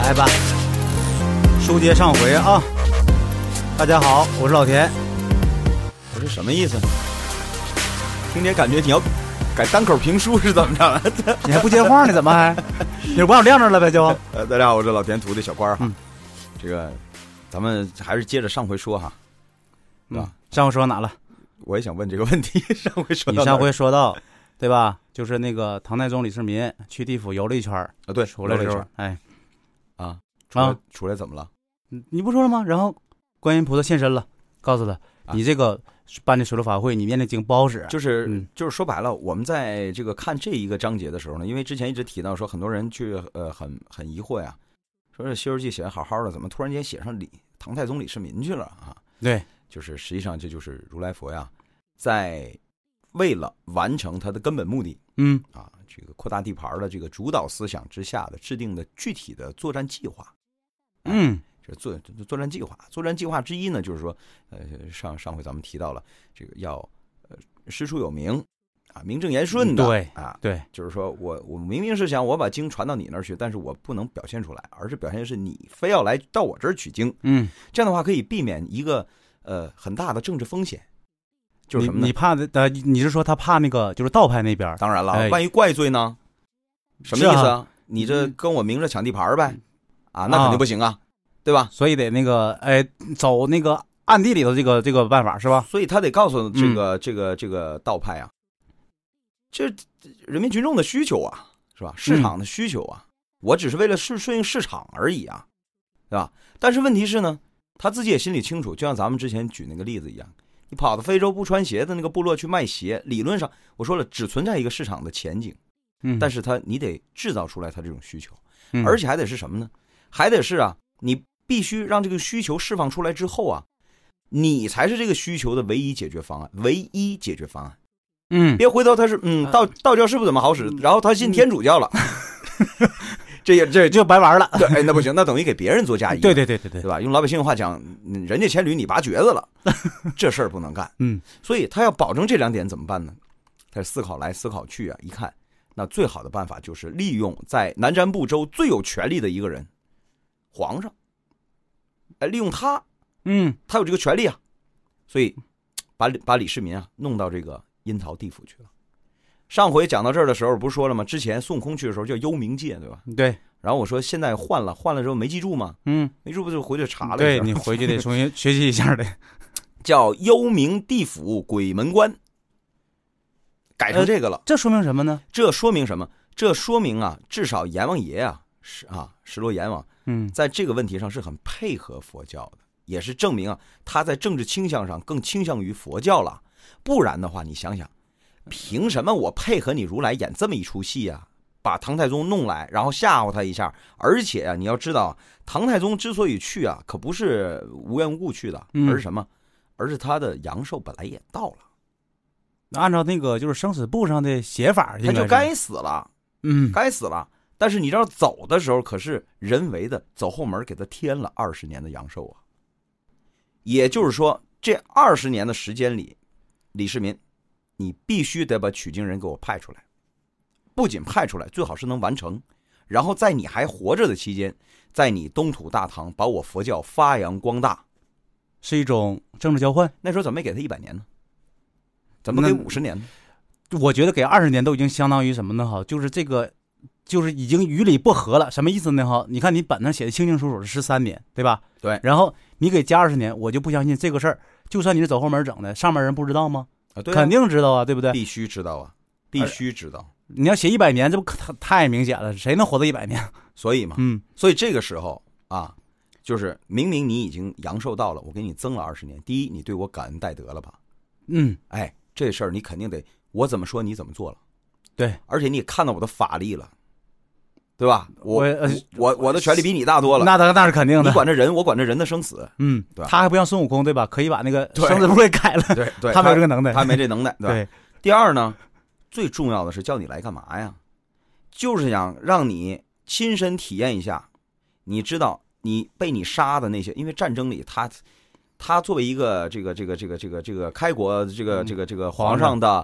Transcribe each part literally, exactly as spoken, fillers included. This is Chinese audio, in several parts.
来吧，书接上回啊！大家好，我是老田。 我是什么意思？听着感觉你要改单口评书是怎么着？ 你还不接话呢？怎么还？你不让我晾着了呗？就呃，大家好，我是老田徒弟小官哈。 嗯、 这个咱们还是接着上回说哈， 对吧？嗯、上回说到哪了？ 我也想问这个问题。上回说到你上回说到对吧？就是那个唐太宗李世民去地府游了一圈啊， 对， 出来的时候，哎， 啊，出来、啊、出来怎么了？ 你不说了吗？然后观音菩萨现身了，告诉他、啊、你这个办的水陆法会，你念的经不好使。 就是、 嗯、 就是说白了，我们在这个看这一个章节的时候呢，因为之前一直提到说，很多人去呃很很疑惑呀，说这《西游记》写的好好的，怎么突然间写上李唐太宗李世民去了啊？ 对， 就是实际上这就是如来佛呀，在为了完成他的根本目的， 嗯啊，这个扩大地盘的这个主导思想之下的制定的具体的作战计划， 嗯。 作作战计划，作战计划之一呢，就是说，呃，上上回咱们提到了这个要呃师出有名啊，名正言顺的， 对啊， 对， 就是说我我明明是想我把经传到你那儿去，但是我不能表现出来，而是表现的是你非要来到我这儿取经， 嗯， 这样的话可以避免一个呃很大的政治风险，就是什么呢？ 你, 你怕的呃，你是说他怕那个就是道派那边？ 当然了， 哎、 万一怪罪呢？什么意思啊？啊你这跟我明着抢地盘呗？啊，那肯定不行啊。对吧？ 所以得那个，哎，走那个暗地里头这个这个办法是吧？ 所以他得告诉这个、嗯、这个这个道派啊，这人民群众的需求啊，是吧？市场的需求啊，嗯、我只是为了顺顺应市场而已啊，对吧？但是问题是呢，他自己也心里清楚，就像咱们之前举那个例子一样，你跑到非洲不穿鞋的那个部落去卖鞋，理论上我说了，只存在一个市场的前景， 嗯， 但是他你得制造出来他这种需求， 嗯、 而且还得是什么呢？还得是啊，你。必须让这个需求释放出来之后啊，你才是这个需求的唯一解决方案，唯一解决方案。 嗯， 别回头他是嗯道道教是不怎么好使，然后他信天主教了，嗯、这也这就白玩了。 对，哎，那不行，那等于给别人做嫁衣。 对对对对对， 对吧？用老百姓话讲，人家牵驴你拔橛子了，这事儿不能干。 嗯， 所以他要保证这两点怎么办呢？他思考来思考去啊，一看，那最好的办法就是利用在南瞻部洲最有权力的一个人，皇上。哎，利用他， 嗯， 他有这个权利啊，所以把把李世民啊弄到这个阴曹地府去了。上回讲到这儿的时候，不是说了吗？之前孙悟空去的时候叫幽冥界，对吧？ 对。 然后我说现在换了，换了之后没记住吗？ 嗯， 没记住不就回去查了一下？ 对，你回去得重新学习一下的， 叫幽冥地府鬼门关，改成这个了。呃、 这说明什么呢？ 这说明什么？这说明啊，至少阎王爷啊，是啊，石罗阎王。 嗯， 在这个问题上是很配合佛教的，也是证明啊，他在政治倾向上更倾向于佛教了。不然的话，你想想，凭什么我配合你如来演这么一出戏啊？把唐太宗弄来，然后吓唬他一下。而且啊，你要知道，唐太宗之所以去啊，可不是无缘无故去的，而是什么？而是他的阳寿本来也到了。 按照那个就是生死簿上的写法， 他就该死了， 嗯， 该死了。但是你知道走的时候可是人为的走后门给他添了二十年的阳寿啊，也就是说这二十年的时间里，李世民，你必须得把取经人给我派出来，不仅派出来，最好是能完成，然后在你还活着的期间，在你东土大唐把我佛教发扬光大， 是一种政治交换。 那时候怎么没给他一百年呢？怎么给五十年呢？ 我觉得给二十年都已经相当于什么呢？哈，就是这个。就是已经于理不合了，什么意思呢？哈，你看你本上写的清清楚楚是十三年，对吧？ 对。 然后你给加二十年，我就不相信这个事儿。就算你是走后门整的，上面人不知道吗？ 啊，对啊， 肯定知道啊，对不对？ 必须知道啊，必须知道。 你要写一百年，这不太明显了，谁能活到一百年？ 所以嘛， 嗯， 所以这个时候啊，就是明明你已经阳寿到了，我给你增了二十年。第一，你对我感恩戴德了吧？ 嗯， 哎，这事儿你肯定得我怎么说你怎么做了。 对， 而且你也看到我的法力了。对吧？我我我我的权力比你大多了， 那那是肯定的。 你管着人，我管着人的生死， 嗯， 对吧？ 他还不像孙悟空，对吧？可以把那个生死簿给改了， 对对， 他没有这个能耐， 他没这能耐，对吧？ 对。 第二呢，最重要的是叫你来干嘛呀？就是想让你亲身体验一下，你知道你被你杀的那些，因为战争里他他作为一个这个这个这个这个这个开国这个这个这个皇上的。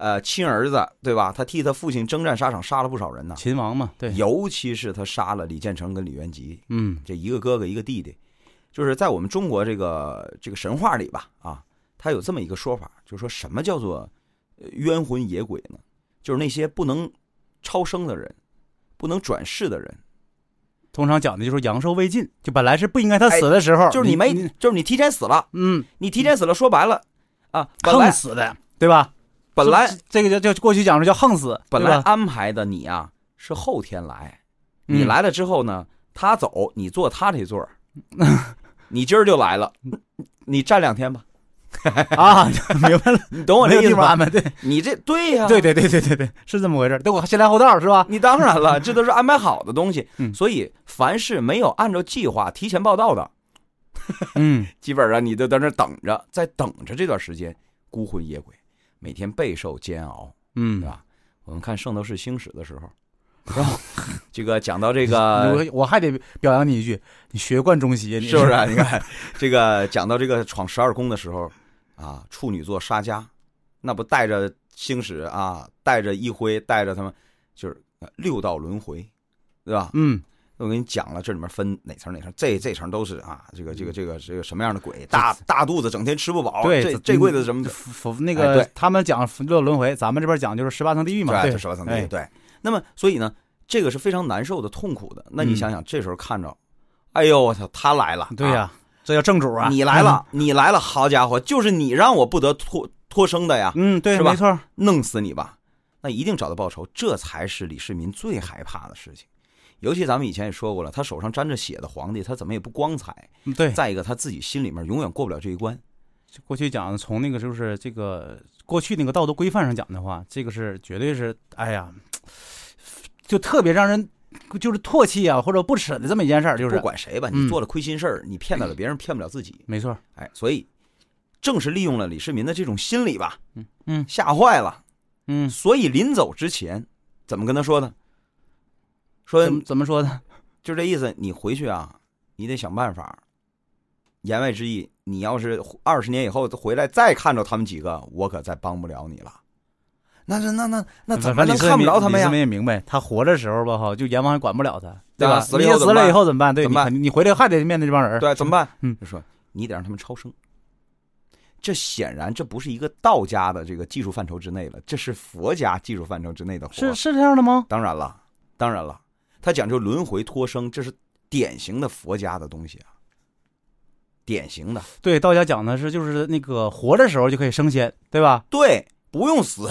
呃亲儿子，对吧？他替他父亲征战沙场，杀了不少人呢。 秦王嘛，对， 尤其是他杀了李建成跟李元吉， 嗯， 这一个哥哥一个弟弟，就是在我们中国这个这个神话里吧，啊，他有这么一个说法，就是说什么叫做冤魂野鬼呢？就是那些不能超生的人，不能转世的人。 通常讲的就是阳寿未尽，就本来是不应该他死的时候， 哎、就是你没，你就是你提前死了， 嗯， 你提前死了，说白了啊， 横死的，对吧？ 本来这个叫叫过去讲说叫横死， 本来安排的你啊是后天来，你来了之后呢，嗯、他走，你坐他这座，你今儿就来了，你站两天吧。 啊，明白了， 你懂我这意思吗？ 对， 你这对呀、啊， 对对对对对对，是这么回事。对，我先来后到是吧？ 你当然了，这都是安排好的东西。 嗯， 所以凡是没有按照计划提前报到的， 嗯， 基本上你就在那等着，在等着这段时间，孤魂野鬼每天备受煎熬， 嗯， 对吧？我们看《圣斗士星矢》的时候，然后这个讲到这个， 我我还得表扬你一句，你学贯中西， 是不是、啊？你看这个讲到这个闯十二宫的时候。啊，处女座沙加，那不带着星矢啊，带着一辉，带着他们，就是六道轮回，对吧？ 嗯， 我给你讲了，这里面分哪层哪层，这这层都是啊，这个这个这个这个什么样的鬼，大大肚子，整天吃不饱， 对， 这这柜子什么那个、 哎、对， 他们讲六道轮回，咱们这边讲就是十八层地狱嘛，对， 十八层地狱，对。那么所以呢，这个是非常难受的、痛苦的。那你想想，嗯、这时候看着，哎呦我操，他来了， 对呀、啊。这叫正主啊！ 你来了，嗯、你来了，好家伙，就是你让我不得脱脱生的呀！ 嗯，对， 是吧？ 没错， 弄死你吧，那一定找到报仇，这才是李世民最害怕的事情。尤其咱们以前也说过了，他手上沾着血的皇帝，他怎么也不光彩。 对， 再一个，他自己心里面永远过不了这一关。 过去讲从那个就是这个过去那个道德规范上讲的话，这个是绝对是，哎呀，就特别让人。就是唾弃啊，或者不耻的这么一件事儿，就是不管谁吧，你做了亏心事儿，嗯、你骗到了别人，骗不了自己。 没错， 哎，所以正是利用了李世民的这种心理吧， 嗯嗯， 吓坏了， 嗯， 所以临走之前怎么跟他说的？说怎么怎么说的？ 就这意思，你回去啊，你得想办法。言外之意，你要是二十年以后回来再看着他们几个，我可再帮不了你了。那那那那那怎么能看不着他们呀？ 李世民也明白，他活着时候吧哈，就阎王也管不了他，对吧？ 死了以后死了以后怎么办？对， 怎么办？ 你你回来还得面对这帮人， 对，怎么办？ 嗯， 就说你得让他们超生。这显然这不是一个道家的这个技术范畴之内了，这是佛家技术范畴之内的活。 是是这样的吗？ 当然了，当然了，他讲究轮回脱生，这是典型的佛家的东西啊。典型的， 对，道家讲的是就是那个活着时候就可以升仙，对吧？ 对，不用死。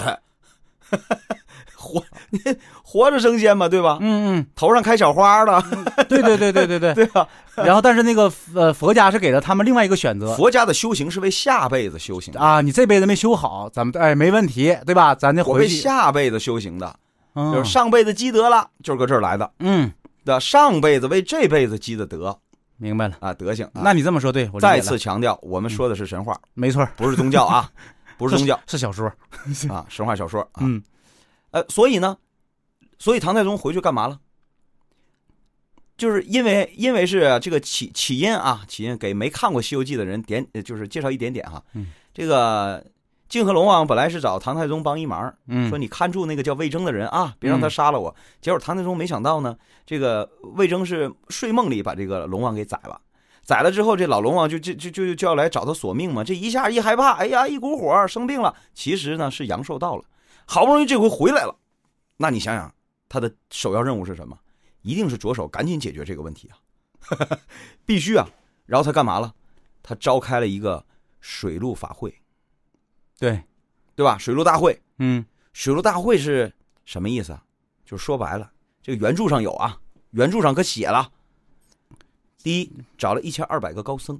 活活着升仙嘛，对吧？ 嗯嗯， 头上开小花的， 对对对对对对对吧？ 然后，但是那个呃，佛家是给了他们另外一个选择。 佛家的修行是为下辈子修行啊，你这辈子没修好，咱们哎没问题，对吧？咱就回去。 我为下辈子修行的， 嗯、 就是上辈子积德了，就是搁这儿来的。 嗯， 的上辈子为这辈子积的德。 明白了啊，德行。啊、 那你这么说对，我再次强调，我们说的是神话， 嗯、没错， 不是宗教啊，不是宗教， 是, 是小说啊，神话小说啊。 嗯， 呃，所以呢，所以唐太宗回去干嘛了？就是因为因为是这个起起因啊，起因给没看过《西游记》的人点，就是介绍一点点哈。 嗯， 这个泾河龙王本来是找唐太宗帮一忙， 嗯， 说你看住那个叫魏征的人啊，别让他杀了我。嗯、结果唐太宗没想到呢，这个魏征是睡梦里把这个龙王给宰了。宰了之后，这老龙王就就就就就要来找他索命嘛。这一下一害怕，哎呀，一股火生病了。其实呢是阳寿到了，好不容易这回回来了。那你想想，他的首要任务是什么？一定是着手赶紧解决这个问题啊，必须啊。然后他干嘛了？他召开了一个水陆法会， 对对吧？水陆大会， 嗯， 水陆大会是什么意思啊？就是说白了，这个原著上有啊，原著上可写了。第一，找了一千二百个高僧，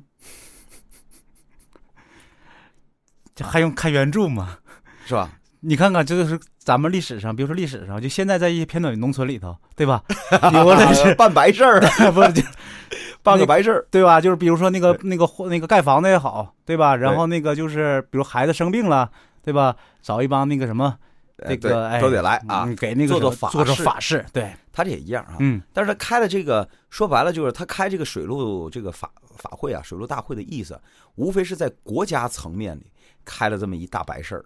这还用看原著吗？ 是吧？ 你看看，这就是咱们历史上，比如说历史上，就现在在一些偏远农村里头，对吧？有的是办白事儿， 不是就办个白事儿， 对吧？就是比如说那个那个那个盖房子也好，对吧？然后那个就是比如孩子生病了，对吧？找一帮那个什么。这个哎都得来啊， 给那个做做法事， 做做法事，对他这也一样啊。 嗯， 但是他开了这个，说白了就是他开这个水陆这个法法会啊，水陆大会的意思，无非是在国家层面里开了这么一大白事儿，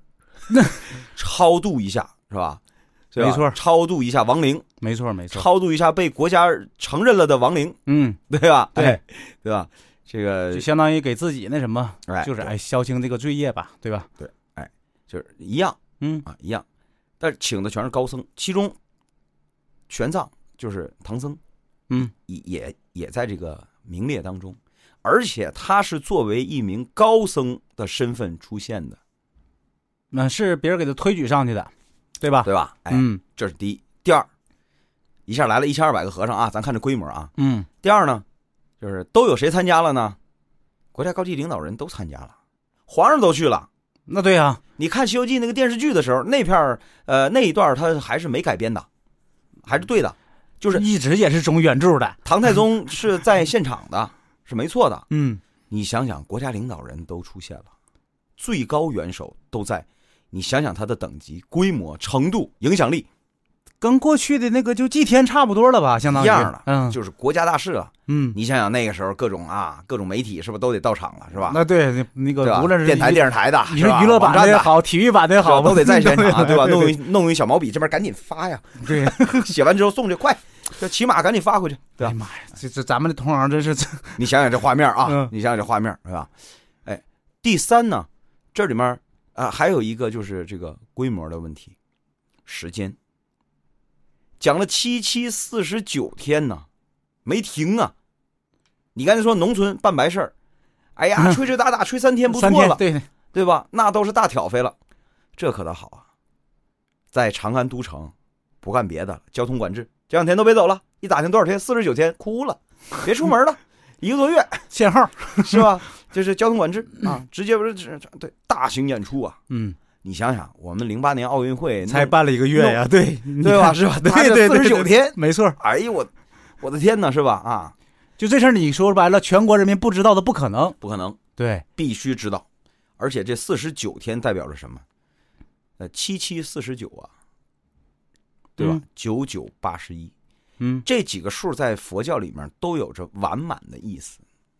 超度一下是吧？ 没错， 超度一下亡灵， 没错没错， 超度一下被国家承认了的亡灵， 嗯， 对吧？ 对、 哎，对吧？这个就相当于给自己那什么， 哎、 就是哎消清这个罪业吧，对吧？ 对，哎，就是一样， 嗯啊一样，但是请的全是高僧，其中玄奘就是唐僧， 嗯， 也也也在这个名列当中，而且他是作为一名高僧的身份出现的， 那、嗯、是别人给他推举上去的。对吧？ 对吧？哎， 嗯， 这是第一。第二，一下来了一千二百个和尚啊，咱看这规模啊。 嗯。 第二呢，就是都有谁参加了呢？国家高级领导人都参加了，皇上都去了。 那对呀、啊， 你看《西游记》那个电视剧的时候，那片呃那一段他还是没改编的，还是对的，就是一直也是忠于原著的。 唐太宗是在现场的，是没错的。 嗯， 你想想，国家领导人都出现了，最高元首都在。你想想他的等级、规模、程度、影响力， 跟过去的那个就祭天差不多了吧？相当于一样了， 嗯， 就是国家大事了。 嗯， 你想想那个时候各种啊，各种媒体是不是都得到场了，是吧？ 那对，那个无论是电台、电视台的， 你说娱乐版的也好，体育版的也好， 都得在现场，对吧？ 对弄一弄一小毛笔，这边赶紧发呀， 对， 写完之后送去，快，这骑马赶紧发回去，对吧？ 哎妈呀，这这咱们的同行真是， 你想想这画面啊， 嗯、 你想想这画面，是吧？哎，第三呢，这里面。啊，还有一个就是这个规模的问题，时间讲了七七四十九天呢，没停啊！你刚才说农村办白事儿，哎呀，吹吹打打吹三天不错了， 对对吧？那都是大挑费了，这可倒好啊，在长安都城不干别的了，交通管制，这两天都别走了。一打听多少天，四十九天，哭了，别出门了，一个多月， 限号是吧？这是交通管制啊，直接不是对大型演出啊， 嗯， 你想想，我们零八年奥运会才办了一个月呀，对对吧？是吧？ 对对对， 四十九天， 没错。 哎呦我，我的天哪，是吧？啊， 就这事儿，你说白了，全国人民不知道的不可能， 不可能， 对， 必须知道。而且这四十九天代表着什么？呃，七七四十九啊，对吧？ 嗯、 九九八十一， 嗯， 这几个数在佛教里面都有着完满的意思。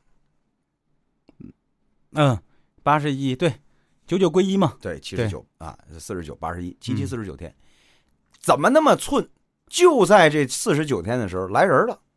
嗯，八十一，对，九九归一嘛， 对，七十九啊，四十九，八十一，七七四十九天，嗯，怎么那么寸？就在这四十九天的时候来人了，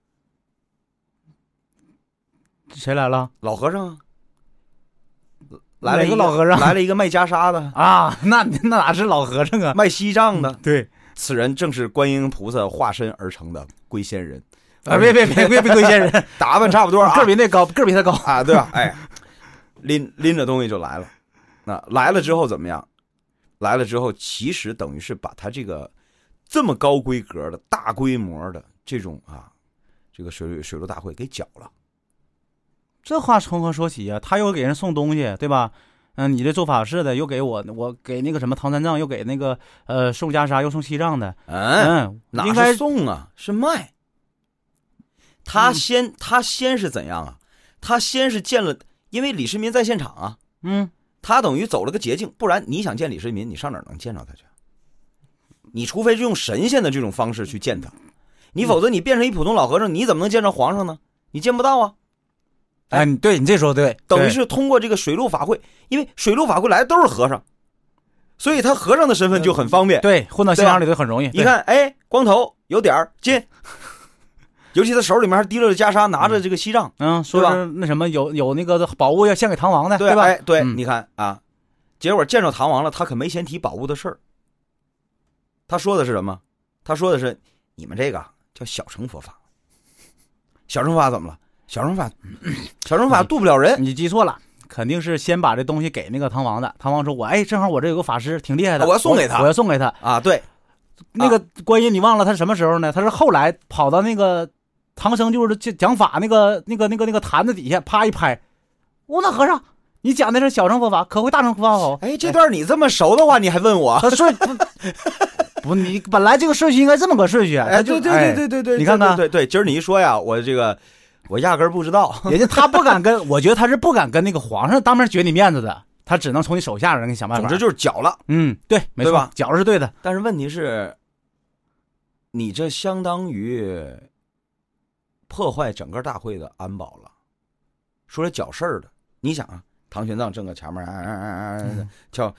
谁来了？ 老和尚啊，来了一个老和尚， 来了一个卖袈裟的啊，那那哪是老和尚啊？ 卖西藏的， 嗯，对， 此人正是观音菩萨化身而成的龟仙人啊！别别别别别龟仙人， 打扮差不多啊， 个比那高，个比他高啊，对吧？哎。拎拎着东西就来了，那来了之后怎么样？来了之后，其实等于是把他这个这么高规格的大规模的这种啊，这个水水陆大会给搅了。 这话从何说起啊？他又给人送东西，对吧？嗯，你这做法事的又给我，我给那个什么唐三藏又给那个呃送袈裟，又送西藏的。 嗯，哪是送啊？是卖。他先、嗯、他先是怎样啊？他先是见了。因为李世民在现场啊， 嗯， 他等于走了个捷径，不然你想见李世民，你上哪儿能见着他去？你除非是用神仙的这种方式去见他，你否则你变成一普通老和尚，你怎么能见着皇上呢？你见不到啊！ 哎，你对你这说对， 等于是通过这个水陆法会，因为水陆法会来的都是和尚，所以他和尚的身份就很方便， 对，混到信仰里头很容易。 你看，哎，光头有点儿进。尤其他手里面还提着袈裟，拿着这个西藏， 嗯，说是那什么有有那个宝物要献给唐王的， 对吧？ 哎，对， 嗯、 你看啊，结果见着唐王了，他可没先提宝物的事儿。他说的是什么？他说的是你们这个叫小乘佛法。小乘法怎么了？小乘法，小乘法渡不了人。 你记错了，肯定是先把这东西给那个唐王的。唐王说：“我哎，正好我这有个法师挺厉害的， 我要送给他， 我要送给他啊。”对， 那个观音，你忘了他什么时候呢？他是后来跑到那个。唐僧就是讲法那个那个那个那个坛子底下啪一拍，我那和尚，你讲的是小乘佛法，可会大乘佛法好？ 哎，这段你这么熟的话，你还问我？ 他顺不，你本来这个顺序应该这么个顺序， 哎，对对对对对对， 你看看， 对对，今儿你一说呀，我这个我压根儿不知道， 人家他不敢跟，我觉得他是不敢跟那个皇上当面绝你面子的，他只能从你手下人给你想办法。 总之就是搅了， 嗯，对，没错， 对吧？ 搅是对的， 但是问题是，你这相当于。破坏整个大会的安保了，说来搅事儿的。你想啊，唐玄奘正搁前面，啊啊啊啊、叫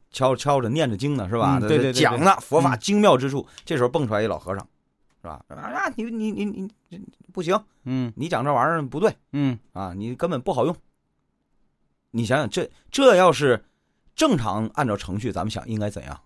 敲敲着念着经呢，是吧？ 嗯、对对对， 讲呢佛法精妙之处。嗯、这时候蹦出来一老和尚，是吧？啊，你你你你不行， 嗯， 你讲这玩意儿不对， 嗯啊，你根本不好用。你想想，这这要是正常按照程序，咱们想应该怎样？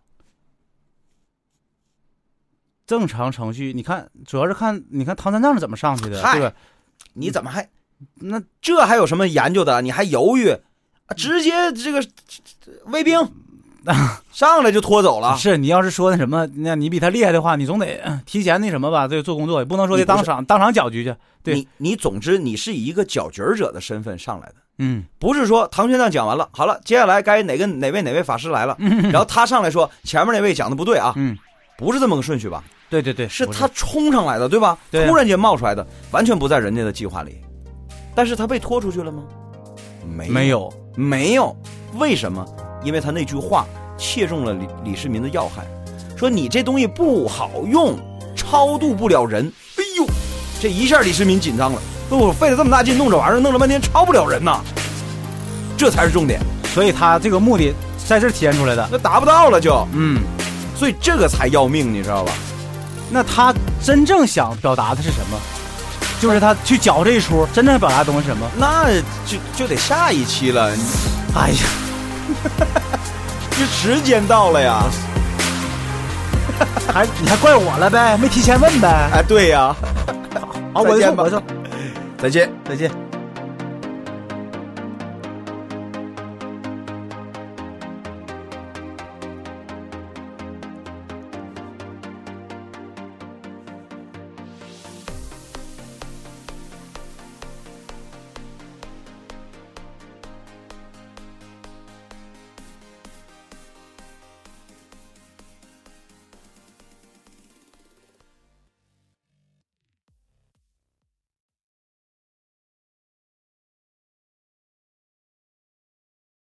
正常程序，你看，主要是看你看唐三藏是怎么上去的，对吧？ 你怎么还那这还有什么研究的？你还犹豫？直接这个卫兵上来就拖走了。 是你要是说那什么，那你比他厉害的话，你总得提前那什么吧，这个做工作，也不能说得当场当场搅局去。对， 你你总之你是以一个搅局者的身份上来的。 嗯， 不是说唐玄奘讲完了，好了，接下来该哪个哪位哪位法师来了，嗯、然后他上来说前面那位讲的不对啊， 嗯， 不是这么个顺序吧？ 对对对， 是他冲上来的，对吧？ 对啊、 突然间冒出来的，完全不在人家的计划里。但是他被拖出去了吗？没没有没有，为什么？因为他那句话切中了李李世民的要害，说你这东西不好用，超度不了人。哎呦，这一下李世民紧张了，我费了这么大劲弄这玩意儿，弄了半天超不了人呐，这才是重点。 所以他这个目的在这体现出来的， 那达不到了就， 嗯， 所以这个才要命，你知道吧？ 那他真正想表达的是什么？就是他去搅这一出，真正表达的东西是什么？ 那就就得下一期了。 哎呀， 这时间到了呀， 还你还怪我了呗？没提前问呗？ 哎，对呀。 好，我就说，我就再见， 再见。